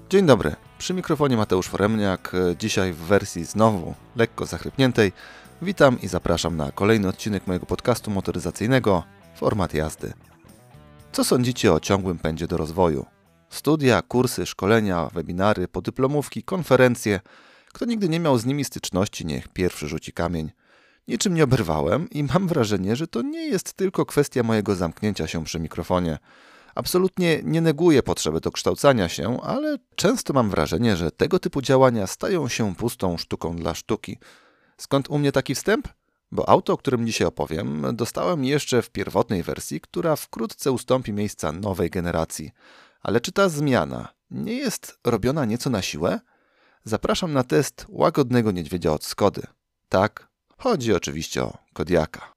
Dzień dobry, przy mikrofonie Mateusz Foremniak, dzisiaj w wersji znowu lekko zachrypniętej. Witam i zapraszam na kolejny odcinek mojego podcastu motoryzacyjnego Format jazdy. Co sądzicie o ciągłym pędzie do rozwoju? Studia, kursy, szkolenia, webinary, podyplomówki, konferencje. Kto nigdy nie miał z nimi styczności, niech pierwszy rzuci kamień. Niczym nie oberwałem i mam wrażenie, że to nie jest tylko kwestia mojego zamknięcia się przy mikrofonie. Absolutnie nie neguję potrzeby dokształcania się, ale często mam wrażenie, że tego typu działania stają się pustą sztuką dla sztuki. Skąd u mnie taki wstęp? Bo auto, o którym dzisiaj opowiem, dostałem jeszcze w pierwotnej wersji, która wkrótce ustąpi miejsca nowej generacji. Ale czy ta zmiana nie jest robiona nieco na siłę? Zapraszam na test łagodnego niedźwiedzia od Skody. Tak, chodzi oczywiście o Kodiaka.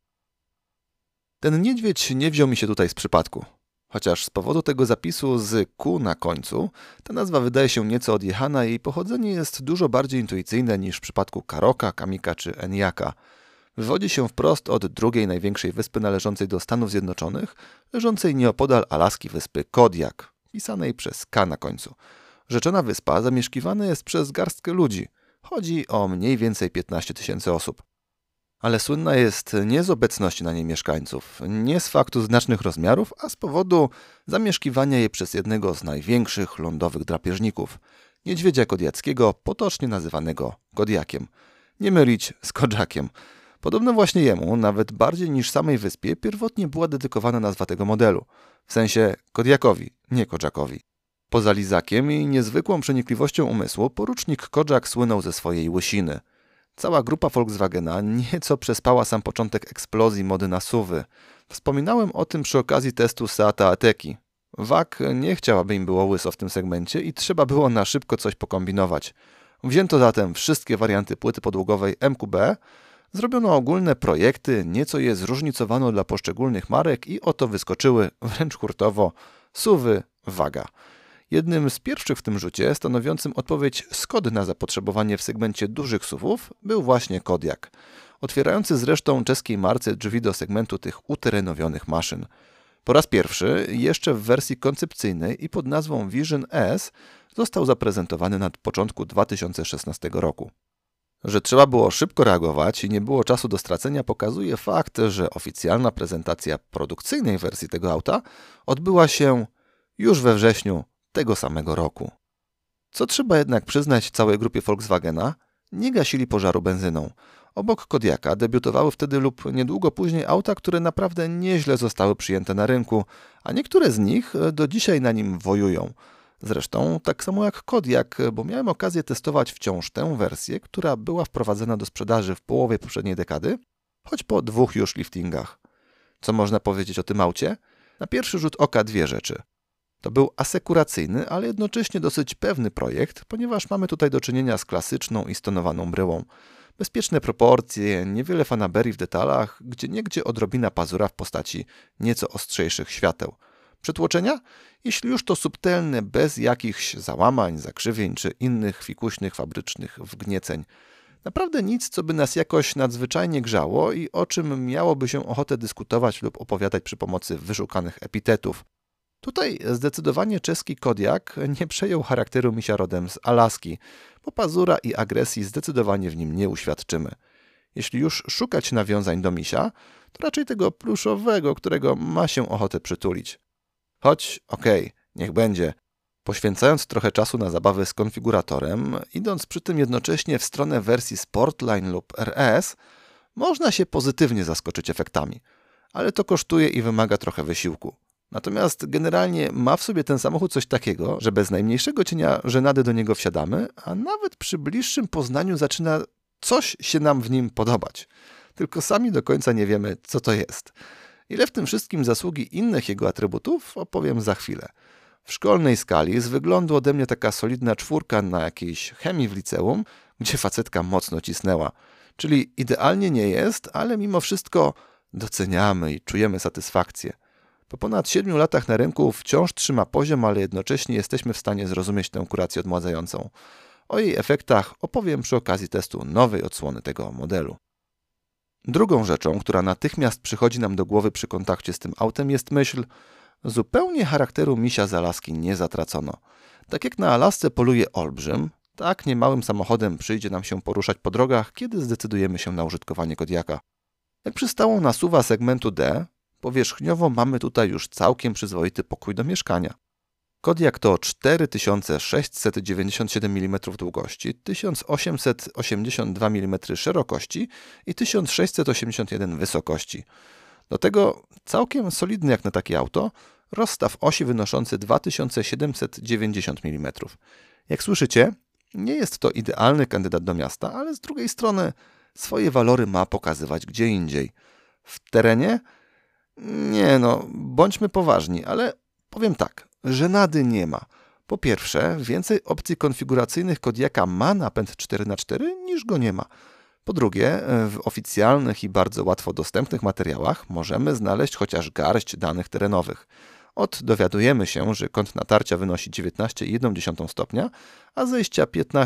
Ten niedźwiedź nie wziął mi się tutaj z przypadku. Chociaż z powodu tego zapisu z Q na końcu, ta nazwa wydaje się nieco odjechana i jej pochodzenie jest dużo bardziej intuicyjne niż w przypadku Karoka, Kamika czy Enyaka. Wywodzi się wprost od drugiej największej wyspy należącej do Stanów Zjednoczonych, leżącej nieopodal Alaski wyspy Kodiak, pisanej przez K na końcu. Rzeczona wyspa zamieszkiwana jest przez garstkę ludzi. Chodzi o mniej więcej 15 000 osób. Ale słynna jest nie z obecności na niej mieszkańców, nie z faktu znacznych rozmiarów, a z powodu zamieszkiwania jej przez jednego z największych lądowych drapieżników, niedźwiedzia kodiackiego, potocznie nazywanego Kodiakiem. Nie mylić z Kodżakiem. Podobno właśnie jemu, nawet bardziej niż samej wyspie, pierwotnie była dedykowana nazwa tego modelu. W sensie Kodiakowi, nie Kodżakowi. Poza lizakiem i niezwykłą przenikliwością umysłu, porucznik Kodżak słynął ze swojej łysiny. Cała grupa Volkswagena nieco przespała sam początek eksplozji mody na SUV-y. Wspominałem o tym przy okazji testu Seata Ateki. WAG nie chciał, aby im było łyso w tym segmencie i trzeba było na szybko coś pokombinować. Wzięto zatem wszystkie warianty płyty podłogowej MQB, zrobiono ogólne projekty, nieco je zróżnicowano dla poszczególnych marek i oto wyskoczyły, wręcz hurtowo, SUV-y WAGa. Jednym z pierwszych w tym rzucie, stanowiącym odpowiedź Skody na zapotrzebowanie w segmencie dużych SUV-ów, był właśnie Kodiak, otwierający zresztą czeskiej marce drzwi do segmentu tych uterenowionych maszyn. Po raz pierwszy, jeszcze w wersji koncepcyjnej i pod nazwą Vision S, został zaprezentowany na początku 2016 roku. Że trzeba było szybko reagować i nie było czasu do stracenia, pokazuje fakt, że oficjalna prezentacja produkcyjnej wersji tego auta odbyła się już we wrześniu tego samego roku. Co trzeba jednak przyznać całej grupie Volkswagena, nie gasili pożaru benzyną. Obok Kodiaka debiutowały wtedy lub niedługo później auta, które naprawdę nieźle zostały przyjęte na rynku, a niektóre z nich do dzisiaj na nim wojują. Zresztą tak samo jak Kodiak, bo miałem okazję testować wciąż tę wersję, która była wprowadzona do sprzedaży w połowie poprzedniej dekady, choć po 2 już liftingach. Co można powiedzieć o tym aucie? Na pierwszy rzut oka dwie rzeczy. To był asekuracyjny, ale jednocześnie dosyć pewny projekt, ponieważ mamy tutaj do czynienia z klasyczną i stonowaną bryłą. Bezpieczne proporcje, niewiele fanaberii w detalach, gdzieniegdzie odrobina pazura w postaci nieco ostrzejszych świateł. Przytłoczenia? Jeśli już to subtelne, bez jakichś załamań, zakrzywień czy innych fikuśnych fabrycznych wgnieceń. Naprawdę nic, co by nas jakoś nadzwyczajnie grzało i o czym miałoby się ochotę dyskutować lub opowiadać przy pomocy wyszukanych epitetów. Tutaj zdecydowanie czeski Kodiak nie przejął charakteru misia rodem z Alaski, bo pazura i agresji zdecydowanie w nim nie uświadczymy. Jeśli już szukać nawiązań do misia, to raczej tego pluszowego, którego ma się ochotę przytulić. Choć, niech będzie. Poświęcając trochę czasu na zabawy z konfiguratorem, idąc przy tym jednocześnie w stronę wersji Sportline lub RS, można się pozytywnie zaskoczyć efektami, ale to kosztuje i wymaga trochę wysiłku. Natomiast generalnie ma w sobie ten samochód coś takiego, że bez najmniejszego cienia żenady do niego wsiadamy, a nawet przy bliższym poznaniu zaczyna coś się nam w nim podobać. Tylko sami do końca nie wiemy, co to jest. Ile w tym wszystkim zasługi innych jego atrybutów, opowiem za chwilę. W szkolnej skali z wyglądu ode mnie taka solidna 4 na jakiejś chemii w liceum, gdzie facetka mocno cisnęła. Czyli idealnie nie jest, ale mimo wszystko doceniamy i czujemy satysfakcję. Po ponad 7 latach na rynku wciąż trzyma poziom, ale jednocześnie jesteśmy w stanie zrozumieć tę kurację odmładzającą. O jej efektach opowiem przy okazji testu nowej odsłony tego modelu. Drugą rzeczą, która natychmiast przychodzi nam do głowy przy kontakcie z tym autem, jest myśl: zupełnie charakteru misia z Alaski nie zatracono. Tak jak na Alasce poluje olbrzym, tak niemałym samochodem przyjdzie nam się poruszać po drogach, kiedy zdecydujemy się na użytkowanie Kodiaka. Jak przystało na SUV-a segmentu D, powierzchniowo mamy tutaj już całkiem przyzwoity pokój do mieszkania. Kodiak to 4697 mm długości, 1882 mm szerokości i 1681 wysokości. Do tego całkiem solidny jak na takie auto, rozstaw osi wynoszący 2790 mm. Jak słyszycie, nie jest to idealny kandydat do miasta, ale z drugiej strony swoje walory ma pokazywać gdzie indziej. W terenie? Nie no, bądźmy poważni, ale powiem tak, żenady nie ma. Po pierwsze, więcej opcji konfiguracyjnych Kodiaka ma napęd 4x4 niż go nie ma. Po drugie, w oficjalnych i bardzo łatwo dostępnych materiałach możemy znaleźć chociaż garść danych terenowych. Dowiadujemy się, że kąt natarcia wynosi 19,1 stopnia, a zejścia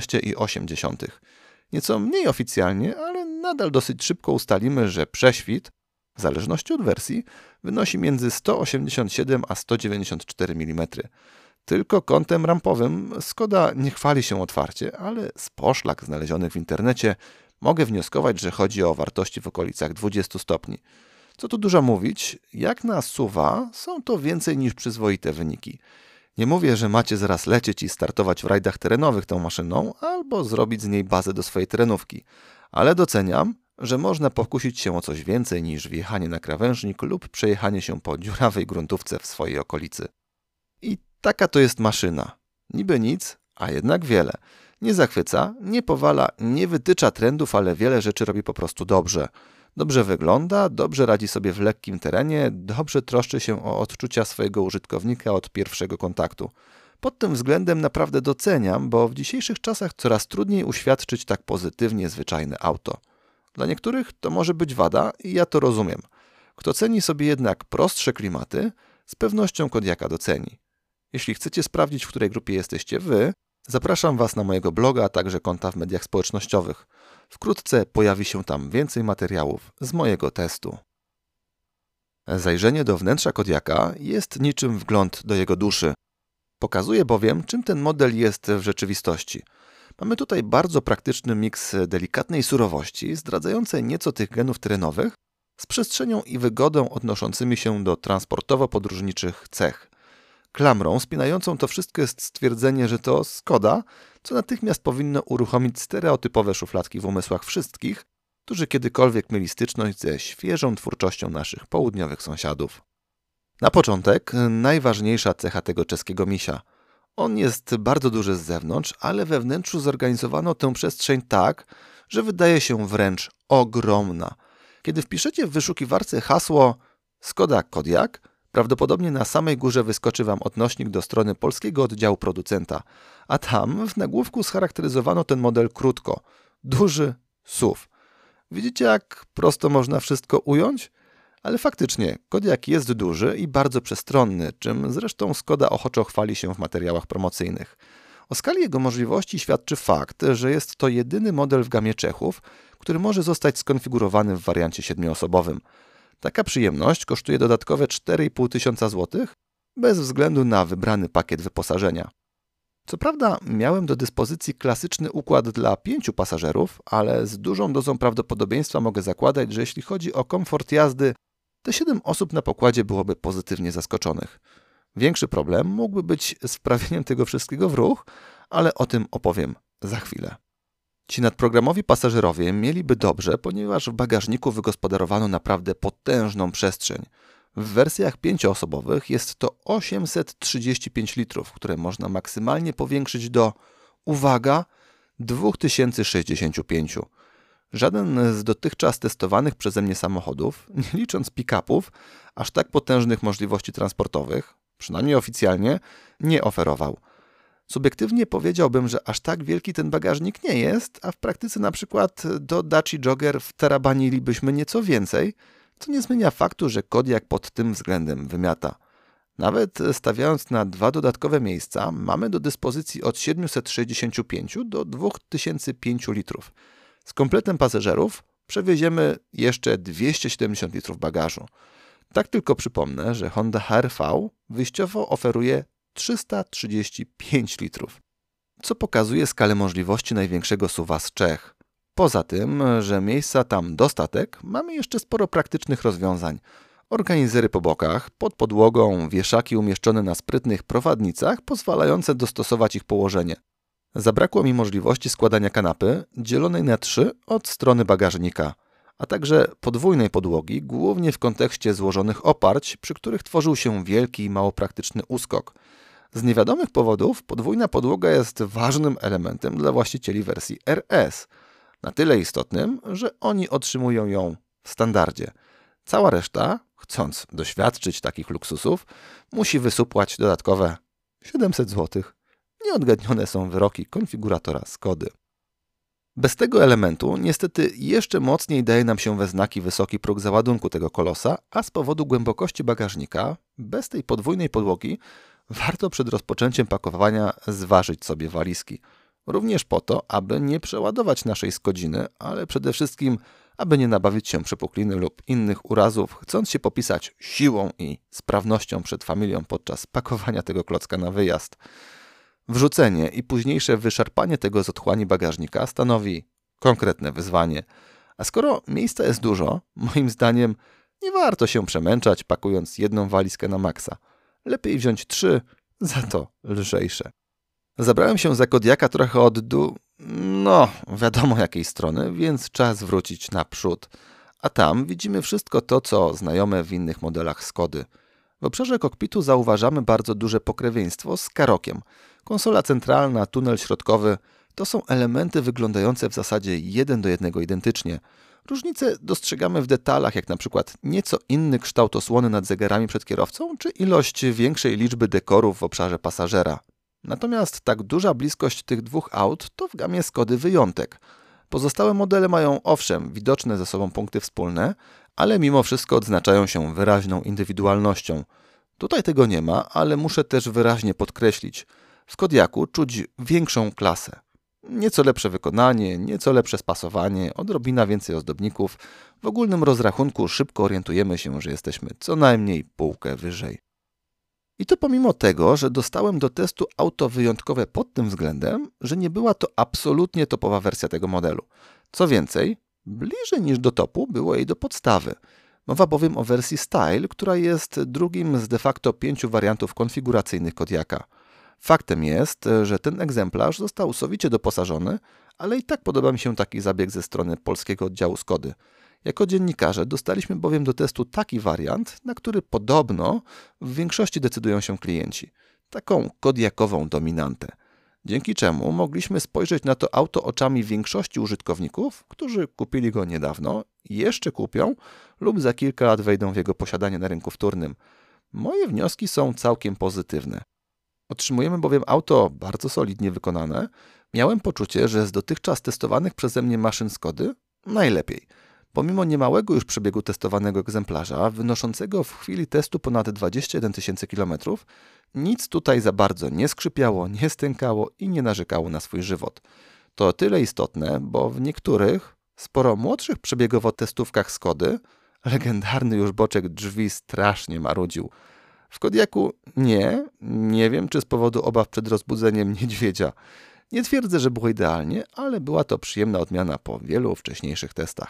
15,8. Nieco mniej oficjalnie, ale nadal dosyć szybko ustalimy, że prześwit, w zależności od wersji, wynosi między 187 a 194 mm. Tylko kątem rampowym Skoda nie chwali się otwarcie, ale z poszlak znalezionych w internecie mogę wnioskować, że chodzi o wartości w okolicach 20 stopni. Co tu dużo mówić, jak na SUV-a są to więcej niż przyzwoite wyniki. Nie mówię, że macie zaraz lecieć i startować w rajdach terenowych tą maszyną, albo zrobić z niej bazę do swojej terenówki, ale doceniam, że można pokusić się o coś więcej niż wjechanie na krawężnik lub przejechanie się po dziurawej gruntówce w swojej okolicy. I taka to jest maszyna. Niby nic, a jednak wiele. Nie zachwyca, nie powala, nie wytycza trendów, ale wiele rzeczy robi po prostu dobrze. Dobrze wygląda, dobrze radzi sobie w lekkim terenie, dobrze troszczy się o odczucia swojego użytkownika od pierwszego kontaktu. Pod tym względem naprawdę doceniam, bo w dzisiejszych czasach coraz trudniej uświadczyć tak pozytywnie zwyczajne auto. Dla niektórych to może być wada i ja to rozumiem. Kto ceni sobie jednak prostsze klimaty, z pewnością Kodiaka doceni. Jeśli chcecie sprawdzić, w której grupie jesteście wy, zapraszam was na mojego bloga, a także konta w mediach społecznościowych. Wkrótce pojawi się tam więcej materiałów z mojego testu. Zajrzenie do wnętrza Kodiaka jest niczym wgląd do jego duszy. Pokazuje bowiem, czym ten model jest w rzeczywistości. Mamy tutaj bardzo praktyczny miks delikatnej surowości, zdradzającej nieco tych genów terenowych, z przestrzenią i wygodą odnoszącymi się do transportowo-podróżniczych cech. Klamrą spinającą to wszystko jest stwierdzenie, że to Skoda, co natychmiast powinno uruchomić stereotypowe szufladki w umysłach wszystkich, którzy kiedykolwiek mieli styczność ze świeżą twórczością naszych południowych sąsiadów. Na początek najważniejsza cecha tego czeskiego misia. On jest bardzo duży z zewnątrz, ale we wnętrzu zorganizowano tę przestrzeń tak, że wydaje się wręcz ogromna. Kiedy wpiszecie w wyszukiwarce hasło Skoda Kodiaq, prawdopodobnie na samej górze wyskoczy wam odnośnik do strony polskiego oddziału producenta, a tam w nagłówku scharakteryzowano ten model krótko – duży SUV. Widzicie, jak prosto można wszystko ująć? Ale faktycznie, Kodiaq jest duży i bardzo przestronny, czym zresztą Skoda ochoczo chwali się w materiałach promocyjnych. O skali jego możliwości świadczy fakt, że jest to jedyny model w gamie Czechów, który może zostać skonfigurowany w wariancie 7-osobowym. Taka przyjemność kosztuje dodatkowe 4500 zł, bez względu na wybrany pakiet wyposażenia. Co prawda miałem do dyspozycji klasyczny układ dla 5 pasażerów, ale z dużą dozą prawdopodobieństwa mogę zakładać, że jeśli chodzi o komfort jazdy, te 7 osób na pokładzie byłoby pozytywnie zaskoczonych. Większy problem mógłby być z wprawieniem tego wszystkiego w ruch, ale o tym opowiem za chwilę. Ci nadprogramowi pasażerowie mieliby dobrze, ponieważ w bagażniku wygospodarowano naprawdę potężną przestrzeń. W wersjach 5-osobowych jest to 835 litrów, które można maksymalnie powiększyć do, uwaga, 2065. Żaden z dotychczas testowanych przeze mnie samochodów, nie licząc pick-upów, aż tak potężnych możliwości transportowych, przynajmniej oficjalnie, nie oferował. Subiektywnie powiedziałbym, że aż tak wielki ten bagażnik nie jest, a w praktyce na przykład do Daci Jogger wtarabanilibyśmy nieco więcej, co nie zmienia faktu, że Kodiaq pod tym względem wymiata. Nawet stawiając na 2 dodatkowe miejsca, mamy do dyspozycji od 765 do 2005 litrów. Z kompletem pasażerów przewieziemy jeszcze 270 litrów bagażu. Tak tylko przypomnę, że Honda HR-V wyjściowo oferuje 335 litrów, co pokazuje skalę możliwości największego SUV-a z Czech. Poza tym, że miejsca tam dostatek, mamy jeszcze sporo praktycznych rozwiązań. Organizery po bokach, pod podłogą, wieszaki umieszczone na sprytnych prowadnicach, pozwalające dostosować ich położenie. Zabrakło mi możliwości składania kanapy, dzielonej na 3 od strony bagażnika, a także podwójnej podłogi, głównie w kontekście złożonych oparć, przy których tworzył się wielki i mało praktyczny uskok. Z niewiadomych powodów podwójna podłoga jest ważnym elementem dla właścicieli wersji RS. Na tyle istotnym, że oni otrzymują ją w standardzie. Cała reszta, chcąc doświadczyć takich luksusów, musi wysupłać dodatkowe 700 zł. Nieodgadnione są wyroki konfiguratora Skody. Bez tego elementu niestety jeszcze mocniej daje nam się we znaki wysoki próg załadunku tego kolosa, a z powodu głębokości bagażnika, bez tej podwójnej podłogi, warto przed rozpoczęciem pakowania zważyć sobie walizki. Również po to, aby nie przeładować naszej Skodziny, ale przede wszystkim, aby nie nabawić się przepukliny lub innych urazów, chcąc się popisać siłą i sprawnością przed familią podczas pakowania tego klocka na wyjazd. Wrzucenie i późniejsze wyszarpanie tego z otchłani bagażnika stanowi konkretne wyzwanie. A skoro miejsca jest dużo, moim zdaniem nie warto się przemęczać pakując jedną walizkę na maksa. Lepiej wziąć 3, za to lżejsze. Zabrałem się za Kodiaka trochę od wiadomo jakiej strony, więc czas wrócić naprzód. A tam widzimy wszystko to, co znajome w innych modelach Skody. W obszarze kokpitu zauważamy bardzo duże pokrewieństwo z Karokiem. Konsola centralna, tunel środkowy to są elementy wyglądające w zasadzie 1 do 1 identycznie. Różnice dostrzegamy w detalach, jak na przykład nieco inny kształt osłony nad zegarami przed kierowcą, czy ilość większej liczby dekorów w obszarze pasażera. Natomiast tak duża bliskość tych dwóch aut to w gamie Skody wyjątek. Pozostałe modele mają owszem widoczne ze sobą punkty wspólne, ale mimo wszystko odznaczają się wyraźną indywidualnością. Tutaj tego nie ma, ale muszę też wyraźnie podkreślić. W Kodiaku czuć większą klasę. Nieco lepsze wykonanie, nieco lepsze spasowanie, odrobina więcej ozdobników. W ogólnym rozrachunku szybko orientujemy się, że jesteśmy co najmniej półkę wyżej. I to pomimo tego, że dostałem do testu auto wyjątkowe pod tym względem, że nie była to absolutnie topowa wersja tego modelu. Co więcej, bliżej niż do topu było jej do podstawy. Mowa bowiem o wersji Style, która jest drugim z de facto 5 wariantów konfiguracyjnych Kodiaka. Faktem jest, że ten egzemplarz został sowicie doposażony, ale i tak podoba mi się taki zabieg ze strony polskiego oddziału Skody. Jako dziennikarze dostaliśmy bowiem do testu taki wariant, na który podobno w większości decydują się klienci. Taką kodiakową dominantę. Dzięki czemu mogliśmy spojrzeć na to auto oczami większości użytkowników, którzy kupili go niedawno, jeszcze kupią lub za kilka lat wejdą w jego posiadanie na rynku wtórnym. Moje wnioski są całkiem pozytywne. Otrzymujemy bowiem auto bardzo solidnie wykonane. Miałem poczucie, że z dotychczas testowanych przeze mnie maszyn Skody najlepiej. Pomimo niemałego już przebiegu testowanego egzemplarza, wynoszącego w chwili testu ponad 21 000 kilometrów, nic tutaj za bardzo nie skrzypiało, nie stękało i nie narzekało na swój żywot. To o tyle istotne, bo w niektórych, sporo młodszych przebiegowo testówkach Skody, legendarny już boczek drzwi strasznie marudził. W Kodiaku nie wiem czy z powodu obaw przed rozbudzeniem niedźwiedzia. Nie twierdzę, że było idealnie, ale była to przyjemna odmiana po wielu wcześniejszych testach.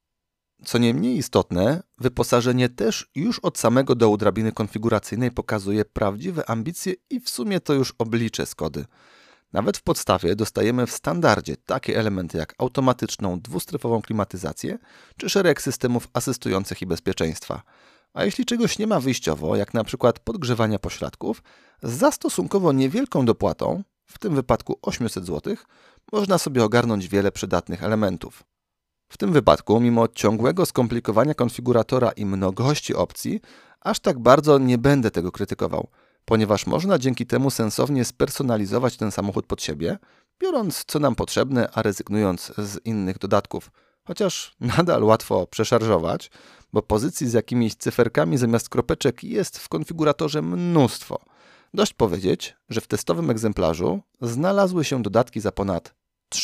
Co nie mniej istotne, wyposażenie też już od samego dołu drabiny konfiguracyjnej pokazuje prawdziwe ambicje i w sumie to już oblicze Skody. Nawet w podstawie dostajemy w standardzie takie elementy jak automatyczną dwustrefową klimatyzację czy szereg systemów asystujących i bezpieczeństwa. A jeśli czegoś nie ma wyjściowo, jak na przykład podgrzewania pośladków, za stosunkowo niewielką dopłatą, w tym wypadku 800 zł, można sobie ogarnąć wiele przydatnych elementów. W tym wypadku, mimo ciągłego skomplikowania konfiguratora i mnogości opcji, aż tak bardzo nie będę tego krytykował, ponieważ można dzięki temu sensownie spersonalizować ten samochód pod siebie, biorąc co nam potrzebne, a rezygnując z innych dodatków. Chociaż nadal łatwo przeszarżować, bo pozycji z jakimiś cyferkami zamiast kropeczek jest w konfiguratorze mnóstwo. Dość powiedzieć, że w testowym egzemplarzu znalazły się dodatki za ponad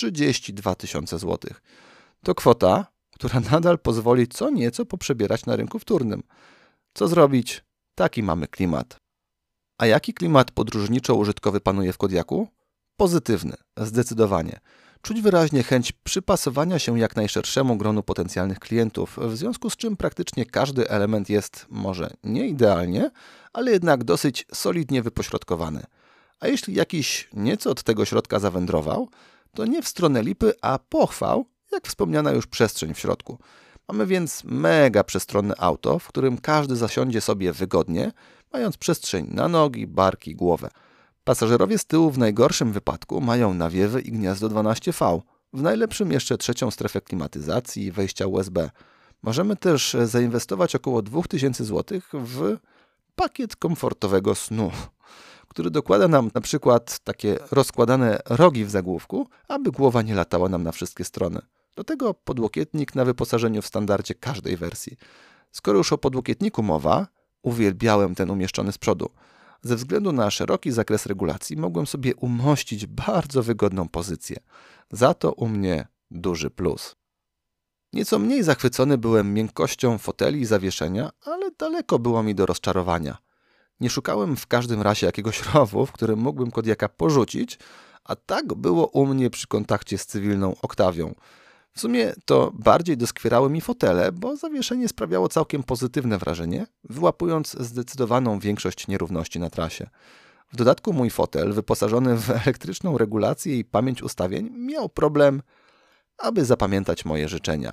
32 000 złotych. To kwota, która nadal pozwoli co nieco poprzebierać na rynku wtórnym. Co zrobić? Taki mamy klimat. A jaki klimat podróżniczo-użytkowy panuje w Kodiaku? Pozytywny, zdecydowanie. Czuć wyraźnie chęć przypasowania się jak najszerszemu gronu potencjalnych klientów, w związku z czym praktycznie każdy element jest może nie idealnie, ale jednak dosyć solidnie wypośrodkowany. A jeśli jakiś nieco od tego środka zawędrował, to nie w stronę lipy, a pochwał, jak wspomniana już przestrzeń w środku. Mamy więc mega przestronne auto, w którym każdy zasiądzie sobie wygodnie, mając przestrzeń na nogi, barki, głowę. Pasażerowie z tyłu w najgorszym wypadku mają nawiewy i gniazdo 12V, w najlepszym jeszcze trzecią strefę klimatyzacji i wejścia USB. Możemy też zainwestować około 2000 zł w pakiet komfortowego snu, który dokłada nam na przykład takie rozkładane rogi w zagłówku, aby głowa nie latała nam na wszystkie strony. Do tego podłokietnik na wyposażeniu w standardzie każdej wersji. Skoro już o podłokietniku mowa, uwielbiałem ten umieszczony z przodu. Ze względu na szeroki zakres regulacji mogłem sobie umościć bardzo wygodną pozycję. Za to u mnie duży plus. Nieco mniej zachwycony byłem miękkością foteli i zawieszenia, ale daleko było mi do rozczarowania. Nie szukałem w każdym razie jakiegoś rowu, w którym mógłbym Kodiaka porzucić, a tak było u mnie przy kontakcie z cywilną Octavią. W sumie to bardziej doskwierały mi fotele, bo zawieszenie sprawiało całkiem pozytywne wrażenie, wyłapując zdecydowaną większość nierówności na trasie. W dodatku mój fotel, wyposażony w elektryczną regulację i pamięć ustawień, miał problem, aby zapamiętać moje życzenia.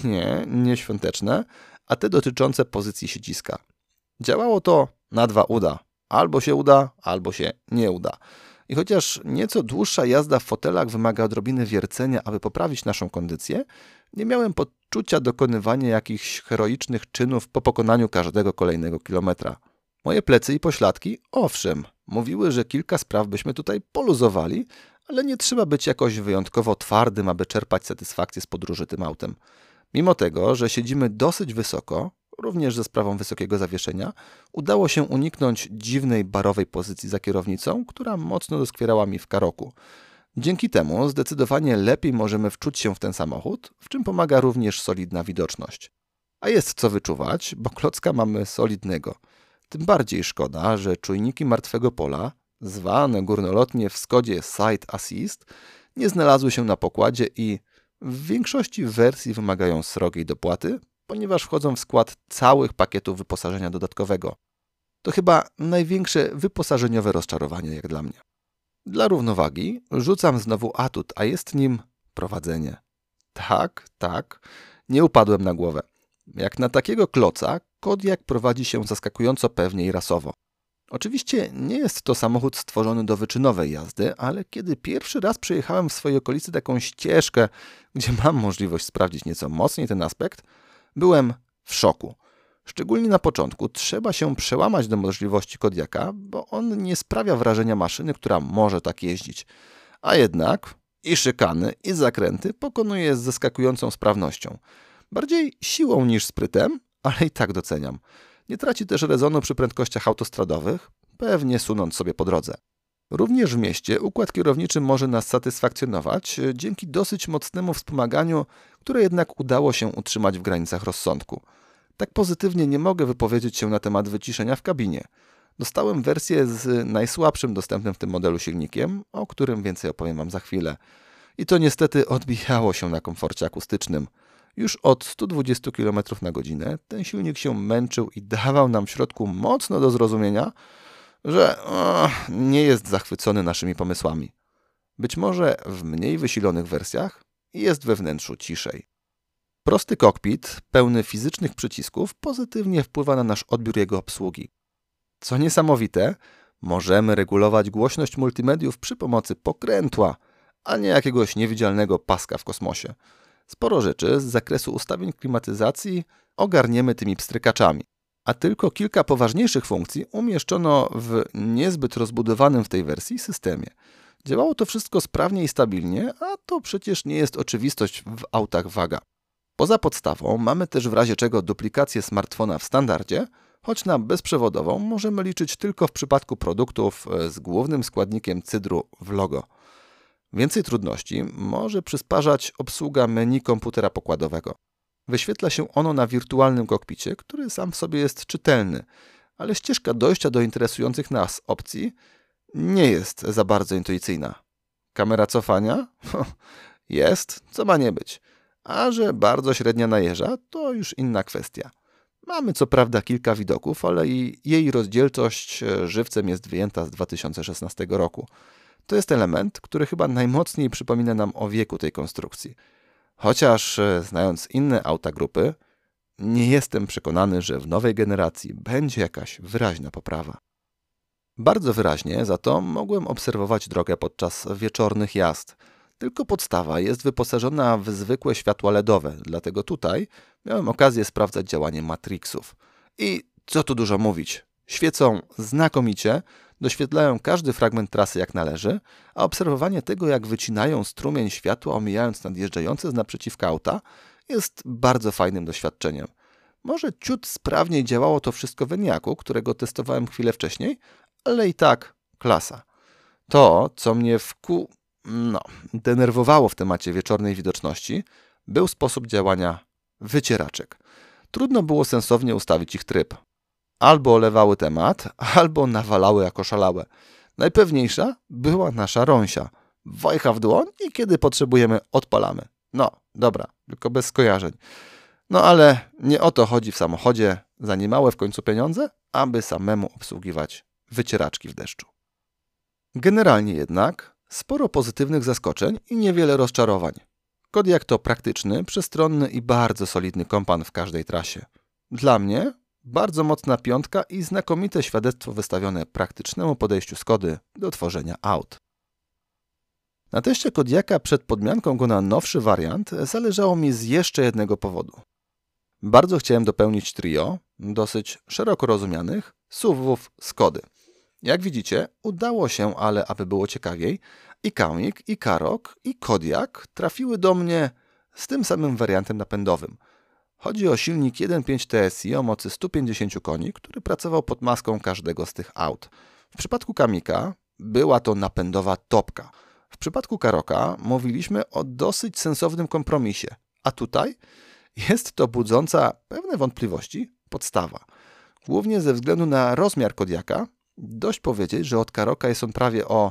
Nie świąteczne, a te dotyczące pozycji siedziska. Działało to na 2 uda. Albo się uda, albo się nie uda. I chociaż nieco dłuższa jazda w fotelach wymaga odrobiny wiercenia, aby poprawić naszą kondycję, nie miałem poczucia dokonywania jakichś heroicznych czynów po pokonaniu każdego kolejnego kilometra. Moje plecy i pośladki, owszem, mówiły, że kilka spraw byśmy tutaj poluzowali, ale nie trzeba być jakoś wyjątkowo twardym, aby czerpać satysfakcję z podróży tym autem. Mimo tego, że siedzimy dosyć wysoko, również ze sprawą wysokiego zawieszenia, udało się uniknąć dziwnej barowej pozycji za kierownicą, która mocno doskwierała mi w karoku. Dzięki temu zdecydowanie lepiej możemy wczuć się w ten samochód, w czym pomaga również solidna widoczność. A jest co wyczuwać, bo klocka mamy solidnego. Tym bardziej szkoda, że czujniki martwego pola, zwane górnolotnie w Skodzie Side Assist, nie znalazły się na pokładzie i w większości wersji wymagają srogiej dopłaty, ponieważ wchodzą w skład całych pakietów wyposażenia dodatkowego. To chyba największe wyposażeniowe rozczarowanie jak dla mnie. Dla równowagi rzucam znowu atut, a jest nim prowadzenie. Tak, nie upadłem na głowę. Jak na takiego kloca, Kodiaq prowadzi się zaskakująco pewnie i rasowo. Oczywiście nie jest to samochód stworzony do wyczynowej jazdy, ale kiedy pierwszy raz przejechałem w swojej okolicy taką ścieżkę, gdzie mam możliwość sprawdzić nieco mocniej ten aspekt, byłem w szoku. Szczególnie na początku trzeba się przełamać do możliwości Kodiaqa, bo on nie sprawia wrażenia maszyny, która może tak jeździć. A jednak i szykany, i zakręty pokonuje z zaskakującą sprawnością. Bardziej siłą niż sprytem, ale i tak doceniam. Nie traci też rezonu przy prędkościach autostradowych, pewnie sunąc sobie po drodze. Również w mieście układ kierowniczy może nas satysfakcjonować dzięki dosyć mocnemu wspomaganiu, które jednak udało się utrzymać w granicach rozsądku. Tak pozytywnie nie mogę wypowiedzieć się na temat wyciszenia w kabinie. Dostałem wersję z najsłabszym dostępnym w tym modelu silnikiem, o którym więcej opowiem wam za chwilę. I to niestety odbijało się na komforcie akustycznym. Już od 120 km na godzinę ten silnik się męczył i dawał nam w środku mocno do zrozumienia, że nie jest zachwycony naszymi pomysłami. Być może w mniej wysilonych wersjach jest we wnętrzu ciszej. Prosty kokpit, pełny fizycznych przycisków, pozytywnie wpływa na nasz odbiór jego obsługi. Co niesamowite, możemy regulować głośność multimediów przy pomocy pokrętła, a nie jakiegoś niewidzialnego paska w kosmosie. Sporo rzeczy z zakresu ustawień klimatyzacji ogarniemy tymi pstrykaczami, a tylko kilka poważniejszych funkcji umieszczono w niezbyt rozbudowanym w tej wersji systemie. Działało to wszystko sprawnie i stabilnie, a to przecież nie jest oczywistość w autach waga. Poza podstawą mamy też w razie czego duplikację smartfona w standardzie, choć na bezprzewodową możemy liczyć tylko w przypadku produktów z głównym składnikiem cydru w logo. Więcej trudności może przysparzać obsługa menu komputera pokładowego. Wyświetla się ono na wirtualnym kokpicie, który sam w sobie jest czytelny. ale ścieżka dojścia do interesujących nas opcji nie jest za bardzo intuicyjna. Kamera cofania? Jest, co ma nie być. A że bardzo średnia najeżdża, to już inna kwestia. Mamy co prawda kilka widoków, ale i jej rozdzielczość żywcem jest wyjęta z 2016 roku. To jest element, który chyba najmocniej przypomina nam o wieku tej konstrukcji. Chociaż znając inne auta grupy, nie jestem przekonany, że w nowej generacji będzie jakaś wyraźna poprawa. Bardzo wyraźnie za to mogłem obserwować drogę podczas wieczornych jazd. Tylko podstawa jest wyposażona w zwykłe światła LEDowe, dlatego tutaj miałem okazję sprawdzać działanie matrixów. I co tu dużo mówić, świecą znakomicie, doświetlają każdy fragment trasy jak należy, a obserwowanie tego, jak wycinają strumień światła omijając nadjeżdżające z naprzeciwka auta, jest bardzo fajnym doświadczeniem. Może ciut sprawniej działało to wszystko w Enyaqu, którego testowałem chwilę wcześniej, ale i tak klasa. To, co mnie denerwowało w temacie wieczornej widoczności, był sposób działania wycieraczek. Trudno było sensownie ustawić ich tryb. Albo olewały temat, albo nawalały jako szalałe. Najpewniejsza była nasza rąsia. Wojcha w dłoń i kiedy potrzebujemy, odpalamy. No, dobra, tylko bez skojarzeń. No ale nie o to chodzi w samochodzie za niemałe w końcu pieniądze, aby samemu obsługiwać wycieraczki w deszczu. Generalnie jednak sporo pozytywnych zaskoczeń i niewiele rozczarowań. Kodiaq to praktyczny, przestronny i bardzo solidny kompan w każdej trasie. Dla mnie bardzo mocna piątka i znakomite świadectwo wystawione praktycznemu podejściu Skody do tworzenia aut. Na teście Kodiaqa przed podmianką go na nowszy wariant zależało mi z jeszcze jednego powodu. Bardzo chciałem dopełnić trio dosyć szeroko rozumianych SUV-ów Skody. Jak widzicie, udało się, ale aby było ciekawiej, i Kamiq, i Karoq, i Kodiaq trafiły do mnie z tym samym wariantem napędowym. Chodzi o silnik 1.5 TSI o mocy 150 koni, który pracował pod maską każdego z tych aut. W przypadku Kamiqa była to napędowa topka. W przypadku Karoqa mówiliśmy o dosyć sensownym kompromisie, a tutaj jest to budząca pewne wątpliwości podstawa. Głównie ze względu na rozmiar Kodiaqa, dość powiedzieć, że od Karoqa jest on prawie o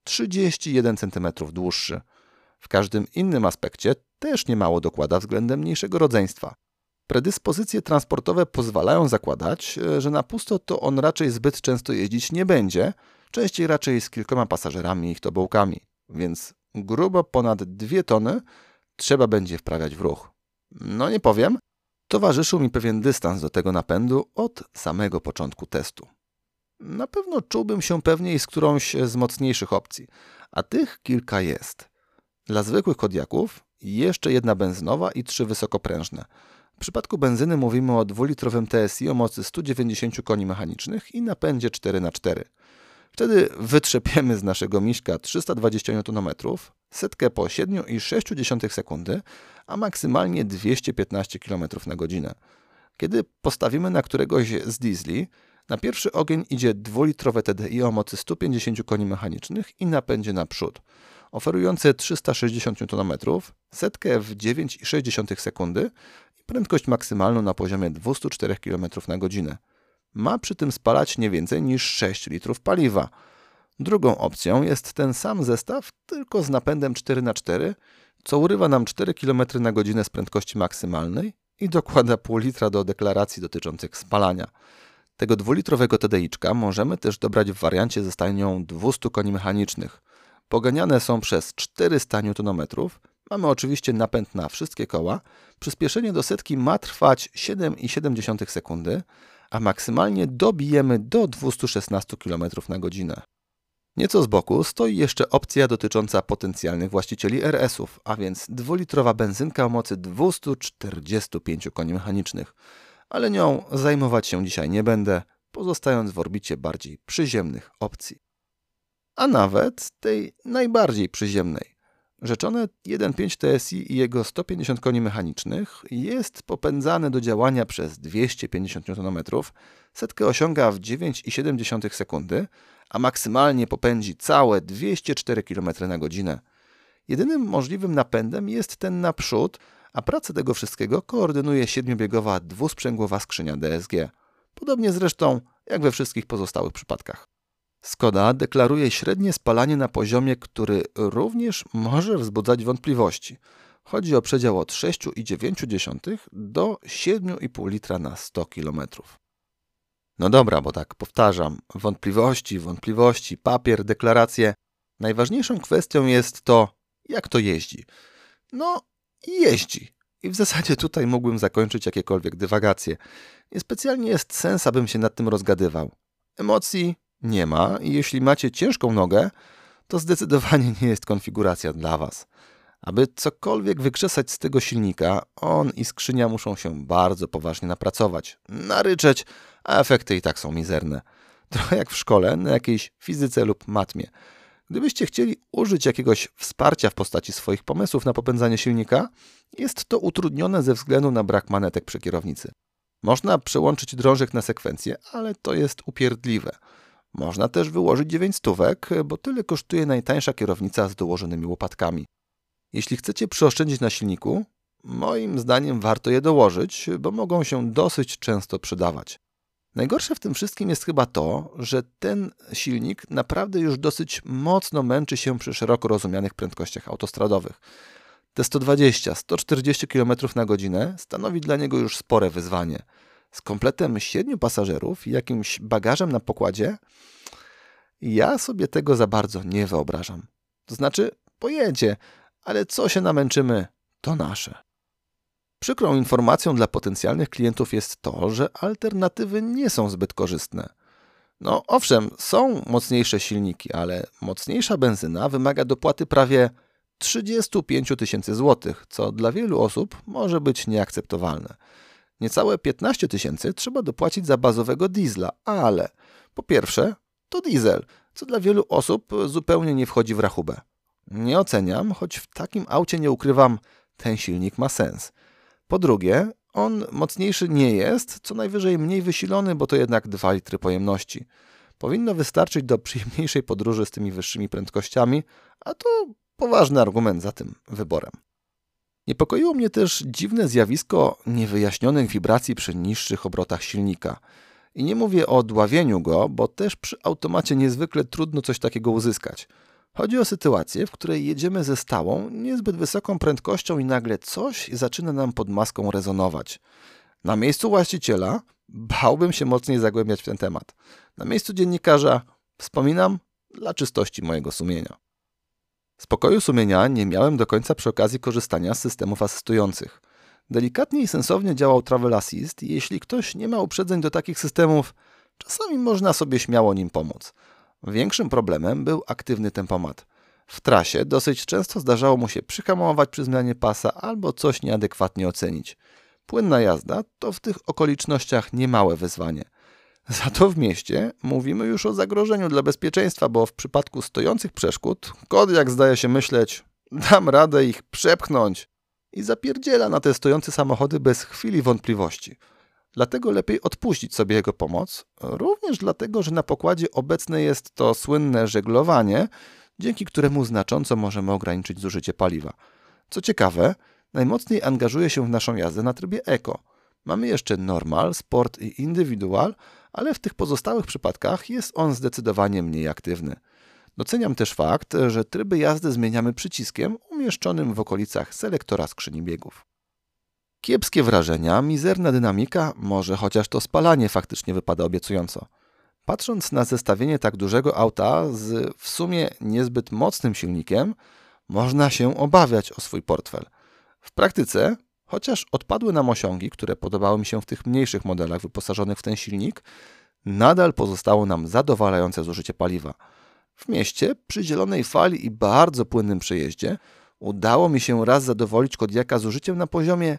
31 cm dłuższy. W każdym innym aspekcie też niemało dokłada względem mniejszego rodzeństwa. Predyspozycje transportowe pozwalają zakładać, że na pusto to on raczej zbyt często jeździć nie będzie, częściej raczej z kilkoma pasażerami i ich tobołkami, więc grubo ponad 2 tony trzeba będzie wprawiać w ruch. No nie powiem, towarzyszył mi pewien dystans do tego napędu od samego początku testu. Na pewno czułbym się pewniej z którąś z mocniejszych opcji, a tych kilka jest. Dla zwykłych Kodiaqów jeszcze jedna benzynowa i 3 wysokoprężne. W przypadku benzyny mówimy o 2-litrowym TSI o mocy 190 koni mechanicznych i napędzie 4x4. Wtedy wytrzepiemy z naszego miśka 320 Nm, setkę po 7,6 sekundy, a maksymalnie 215 km/h. Kiedy postawimy na któregoś z diesli, na pierwszy ogień idzie 2-litrowe TDI o mocy 150 koni mechanicznych i napędzie naprzód, oferujące 360 Nm, setkę w 9,6 sekundy i prędkość maksymalną na poziomie 204 km/h. Ma przy tym spalać nie więcej niż 6 litrów paliwa. Drugą opcją jest ten sam zestaw, tylko z napędem 4x4, co urywa nam 4 km/h z prędkości maksymalnej i dokłada pół litra do deklaracji dotyczących spalania. Tego 2-litrowego TDI-czka możemy też dobrać w wariancie ze stajnią 200 koni mechanicznych. Poganiane są przez 400 Nm. Mamy oczywiście napęd na wszystkie koła. Przyspieszenie do setki ma trwać 7,7 sekundy, a maksymalnie dobijemy do 216 km/h. Nieco z boku stoi jeszcze opcja dotycząca potencjalnych właścicieli RS-ów, a więc 2-litrowa benzynka o mocy 245 koni mechanicznych. Ale nią zajmować się dzisiaj nie będę, pozostając w orbicie bardziej przyziemnych opcji. A nawet tej najbardziej przyziemnej. Rzeczone 1.5 TSI i jego 150 koni mechanicznych jest popędzane do działania przez 250 Nm, setkę osiąga w 9,7 sekundy, a maksymalnie popędzi całe 204 km/h. Jedynym możliwym napędem jest ten naprzód, a pracę tego wszystkiego koordynuje 7-biegowa dwusprzęgłowa skrzynia DSG. Podobnie zresztą jak we wszystkich pozostałych przypadkach. Skoda deklaruje średnie spalanie na poziomie, który również może wzbudzać wątpliwości. Chodzi o przedział od 6,9 do 7,5 litra na 100 km. No dobra, bo tak powtarzam, wątpliwości, papier, deklaracje. Najważniejszą kwestią jest to, jak to jeździ. No, jeździ. I w zasadzie tutaj mógłbym zakończyć jakiekolwiek dywagacje. Niespecjalnie jest sens, abym się nad tym rozgadywał. Emocji nie ma i jeśli macie ciężką nogę, to zdecydowanie nie jest konfiguracja dla Was. Aby cokolwiek wykrzesać z tego silnika, on i skrzynia muszą się bardzo poważnie napracować, naryczeć, a efekty i tak są mizerne. Trochę jak w szkole, na jakiejś fizyce lub matmie. Gdybyście chcieli użyć jakiegoś wsparcia w postaci swoich pomysłów na popędzanie silnika, jest to utrudnione ze względu na brak manetek przy kierownicy. Można przełączyć drążek na sekwencję, ale to jest upierdliwe. Można też wyłożyć 9 stówek, bo tyle kosztuje najtańsza kierownica z dołożonymi łopatkami. Jeśli chcecie przyoszczędzić na silniku, moim zdaniem warto je dołożyć, bo mogą się dosyć często przydawać. Najgorsze w tym wszystkim jest chyba to, że ten silnik naprawdę już dosyć mocno męczy się przy szeroko rozumianych prędkościach autostradowych. Te 120-140 km na godzinę stanowi dla niego już spore wyzwanie. Z kompletem 7 pasażerów i jakimś bagażem na pokładzie, ja sobie tego za bardzo nie wyobrażam. To znaczy, pojedzie, ale co się namęczymy, to nasze. Przykrą informacją dla potencjalnych klientów jest to, że alternatywy nie są zbyt korzystne. No owszem, są mocniejsze silniki, ale mocniejsza benzyna wymaga dopłaty prawie 35 000 złotych, co dla wielu osób może być nieakceptowalne. Niecałe 15 000 trzeba dopłacić za bazowego diesla, ale po pierwsze to diesel, co dla wielu osób zupełnie nie wchodzi w rachubę. Nie oceniam, choć w takim aucie nie ukrywam, ten silnik ma sens. Po drugie, on mocniejszy nie jest, co najwyżej mniej wysilony, bo to jednak 2 litry pojemności. Powinno wystarczyć do przyjemniejszej podróży z tymi wyższymi prędkościami, a to poważny argument za tym wyborem. Niepokoiło mnie też dziwne zjawisko niewyjaśnionych wibracji przy niższych obrotach silnika. I nie mówię o dławieniu go, bo też przy automacie niezwykle trudno coś takiego uzyskać. Chodzi o sytuację, w której jedziemy ze stałą, niezbyt wysoką prędkością i nagle coś zaczyna nam pod maską rezonować. Na miejscu właściciela bałbym się mocniej zagłębiać w ten temat. Na miejscu dziennikarza wspominam dla czystości mojego sumienia. Spokoju sumienia nie miałem do końca przy okazji korzystania z systemów asystujących. Delikatnie i sensownie działał Travel Assist i jeśli ktoś nie ma uprzedzeń do takich systemów, czasami można sobie śmiało nim pomóc. Większym problemem był aktywny tempomat. W trasie dosyć często zdarzało mu się przyhamować przy zmianie pasa albo coś nieadekwatnie ocenić. Płynna jazda to w tych okolicznościach niemałe wyzwanie. Za to w mieście mówimy już o zagrożeniu dla bezpieczeństwa, bo w przypadku stojących przeszkód Kodiaq zdaje się myśleć, dam radę ich przepchnąć i zapierdziela na te stojące samochody bez chwili wątpliwości. Dlatego lepiej odpuścić sobie jego pomoc, również dlatego, że na pokładzie obecne jest to słynne żeglowanie, dzięki któremu znacząco możemy ograniczyć zużycie paliwa. Co ciekawe, najmocniej angażuje się w naszą jazdę na trybie Eco. Mamy jeszcze Normal, Sport i Individual, ale w tych pozostałych przypadkach jest on zdecydowanie mniej aktywny. Doceniam też fakt, że tryby jazdy zmieniamy przyciskiem umieszczonym w okolicach selektora skrzyni biegów. Kiepskie wrażenia, mizerna dynamika, może chociaż to spalanie faktycznie wypada obiecująco. Patrząc na zestawienie tak dużego auta z w sumie niezbyt mocnym silnikiem, można się obawiać o swój portfel. W praktyce, chociaż odpadły nam osiągi, które podobały mi się w tych mniejszych modelach wyposażonych w ten silnik, nadal pozostało nam zadowalające zużycie paliwa. W mieście, przy zielonej fali i bardzo płynnym przejeździe, udało mi się raz zadowolić Kodiaqa zużyciem na poziomie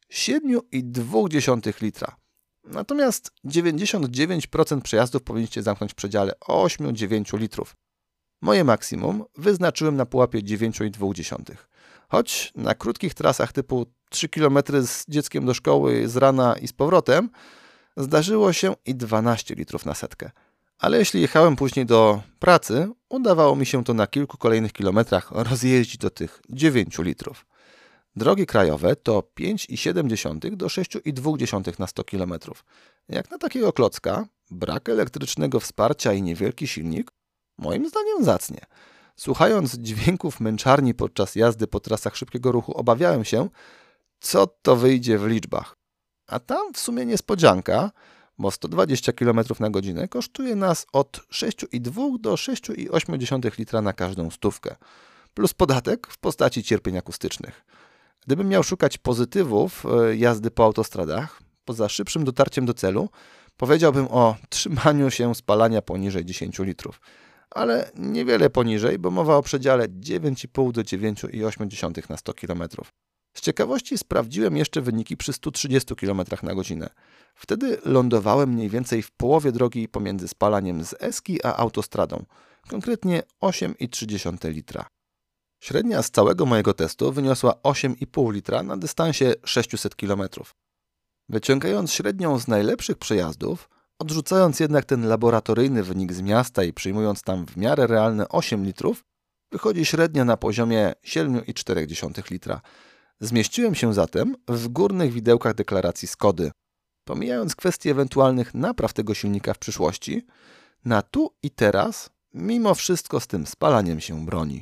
7,2 litra. Natomiast 99% przejazdów powinniście zamknąć w przedziale 8-9 litrów. Moje maksimum wyznaczyłem na pułapie 9,2. Choć na krótkich trasach typu 3 km z dzieckiem do szkoły z rana i z powrotem zdarzyło się i 12 litrów na setkę. Ale jeśli jechałem później do pracy, udawało mi się to na kilku kolejnych kilometrach rozjeździć do tych 9 litrów. Drogi krajowe to 5,7 do 6,2 na 100 km. Jak na takiego klocka, brak elektrycznego wsparcia i niewielki silnik? Moim zdaniem zacnie. Słuchając dźwięków męczarni podczas jazdy po trasach szybkiego ruchu, obawiałem się, co to wyjdzie w liczbach. A tam w sumie niespodzianka, bo 120 km na godzinę kosztuje nas od 6,2 do 6,8 litra na każdą stówkę, plus podatek w postaci cierpień akustycznych. Gdybym miał szukać pozytywów jazdy po autostradach, poza szybszym dotarciem do celu, powiedziałbym o trzymaniu się spalania poniżej 10 litrów. Ale niewiele poniżej, bo mowa o przedziale 9,5 do 9,8 na 100 km. Z ciekawości sprawdziłem jeszcze wyniki przy 130 km na godzinę. Wtedy lądowałem mniej więcej w połowie drogi pomiędzy spalaniem z Eski a autostradą, konkretnie 8,3 litra. Średnia z całego mojego testu wyniosła 8,5 litra na dystansie 600 km. Wyciągając średnią z najlepszych przejazdów, odrzucając jednak ten laboratoryjny wynik z miasta i przyjmując tam w miarę realne 8 litrów, wychodzi średnia na poziomie 7,4 litra. Zmieściłem się zatem w górnych widełkach deklaracji Skody. Pomijając kwestię ewentualnych napraw tego silnika w przyszłości, na tu i teraz mimo wszystko z tym spalaniem się broni.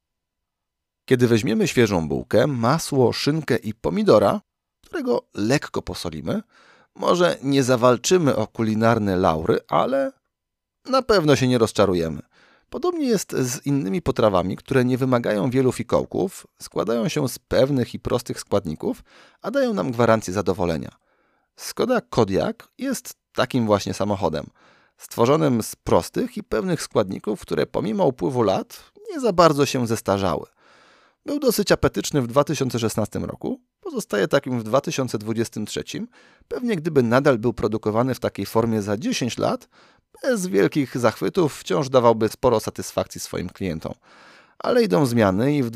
Kiedy weźmiemy świeżą bułkę, masło, szynkę i pomidora, którego lekko posolimy, może nie zawalczymy o kulinarne laury, ale na pewno się nie rozczarujemy. Podobnie jest z innymi potrawami, które nie wymagają wielu fikołków, składają się z pewnych i prostych składników, a dają nam gwarancję zadowolenia. Skoda Kodiaq jest takim właśnie samochodem, stworzonym z prostych i pewnych składników, które pomimo upływu lat nie za bardzo się zestarzały. Był dosyć apetyczny w 2016 roku, pozostaje takim w 2023. Pewnie gdyby nadal był produkowany w takiej formie za 10 lat, bez wielkich zachwytów wciąż dawałby sporo satysfakcji swoim klientom. Ale idą zmiany i w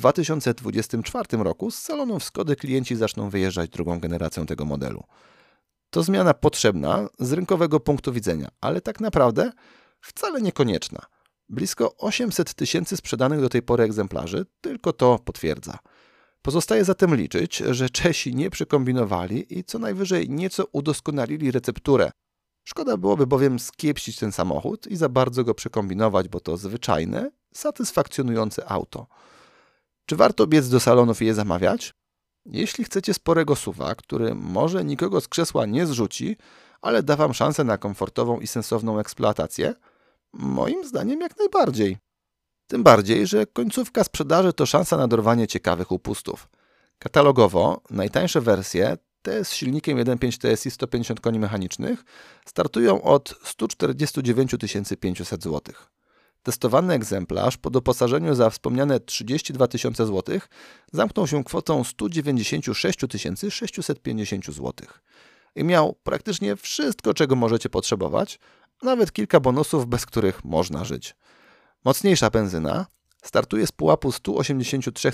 2024 roku z salonów Skody klienci zaczną wyjeżdżać drugą generacją tego modelu. To zmiana potrzebna z rynkowego punktu widzenia, ale tak naprawdę wcale niekonieczna. Blisko 800 tysięcy sprzedanych do tej pory egzemplarzy tylko to potwierdza. Pozostaje zatem liczyć, że Czesi nie przekombinowali i co najwyżej nieco udoskonalili recepturę. Szkoda byłoby bowiem skiepścić ten samochód i za bardzo go przekombinować, bo to zwyczajne, satysfakcjonujące auto. Czy warto biec do salonów i je zamawiać? Jeśli chcecie sporego SUV-a, który może nikogo z krzesła nie zrzuci, ale da Wam szansę na komfortową i sensowną eksploatację, moim zdaniem jak najbardziej. Tym bardziej, że końcówka sprzedaży to szansa na dorwanie ciekawych upustów. Katalogowo najtańsze wersje, te z silnikiem 1.5 TSI 150 koni mechanicznych, startują od 149 500 zł. Testowany egzemplarz po doposażeniu za wspomniane 32 000 zł zamknął się kwotą 196 650 zł. I miał praktycznie wszystko, czego możecie potrzebować, nawet kilka bonusów, bez których można żyć. Mocniejsza benzyna startuje z pułapu 183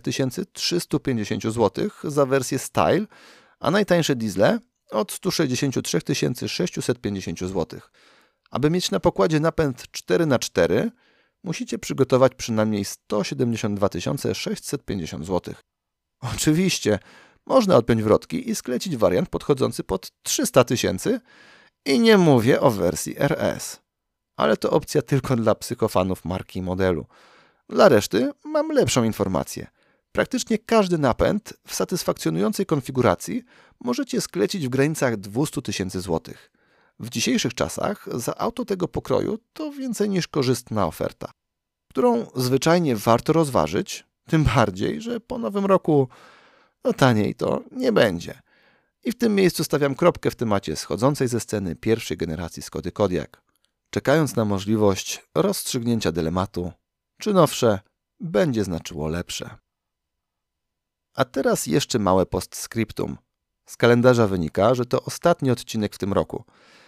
350 zł za wersję Style, a najtańsze diesle od 163 650 zł. Aby mieć na pokładzie napęd 4x4, musicie przygotować przynajmniej 172 650 zł. Oczywiście, można odpiąć wrotki i sklecić wariant podchodzący pod 300 000 i nie mówię o wersji RS. Ale to opcja tylko dla psychofanów marki i modelu. Dla reszty mam lepszą informację. Praktycznie każdy napęd w satysfakcjonującej konfiguracji możecie sklecić w granicach 200 000 zł. W dzisiejszych czasach za auto tego pokroju to więcej niż korzystna oferta, którą zwyczajnie warto rozważyć, tym bardziej, że po nowym roku taniej to nie będzie. I w tym miejscu stawiam kropkę w temacie schodzącej ze sceny pierwszej generacji Skody Kodiaq, czekając na możliwość rozstrzygnięcia dylematu, czy nowsze będzie znaczyło lepsze. A teraz jeszcze małe postscriptum. Z kalendarza wynika, że to ostatni odcinek w tym roku.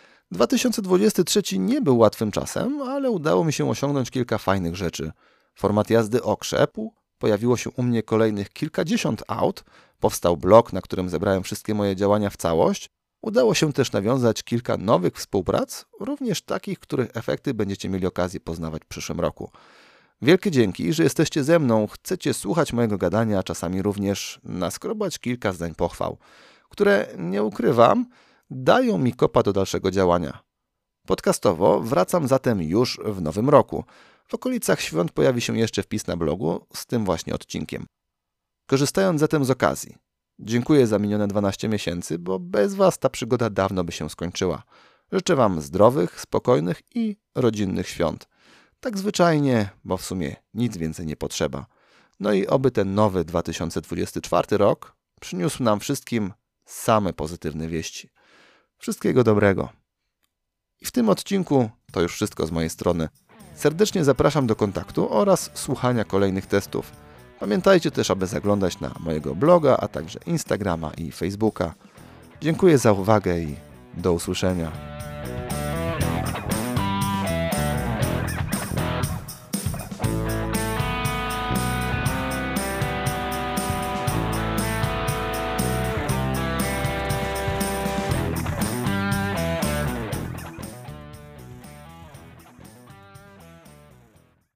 2023 nie był łatwym czasem, ale udało mi się osiągnąć kilka fajnych rzeczy. Format jazdy okrzepł, pojawiło się u mnie kolejnych kilkadziesiąt aut, powstał blog, na którym zebrałem wszystkie moje działania w całość. Udało się też nawiązać kilka nowych współprac, również takich, których efekty będziecie mieli okazję poznawać w przyszłym roku. Wielkie dzięki, że jesteście ze mną, chcecie słuchać mojego gadania, a czasami również naskrobać kilka zdań pochwał, które, nie ukrywam, dają mi kopa do dalszego działania. Podcastowo wracam zatem już w nowym roku. W okolicach świąt pojawi się jeszcze wpis na blogu z tym właśnie odcinkiem. Korzystając zatem z okazji, dziękuję za minione 12 miesięcy, bo bez Was ta przygoda dawno by się skończyła. Życzę Wam zdrowych, spokojnych i rodzinnych świąt. Tak zwyczajnie, bo w sumie nic więcej nie potrzeba. No i oby ten nowy 2024 rok przyniósł nam wszystkim same pozytywne wieści. Wszystkiego dobrego. I w tym odcinku to już wszystko z mojej strony. Serdecznie zapraszam do kontaktu oraz słuchania kolejnych testów. Pamiętajcie też, aby zaglądać na mojego bloga, a także Instagrama i Facebooka. Dziękuję za uwagę i do usłyszenia.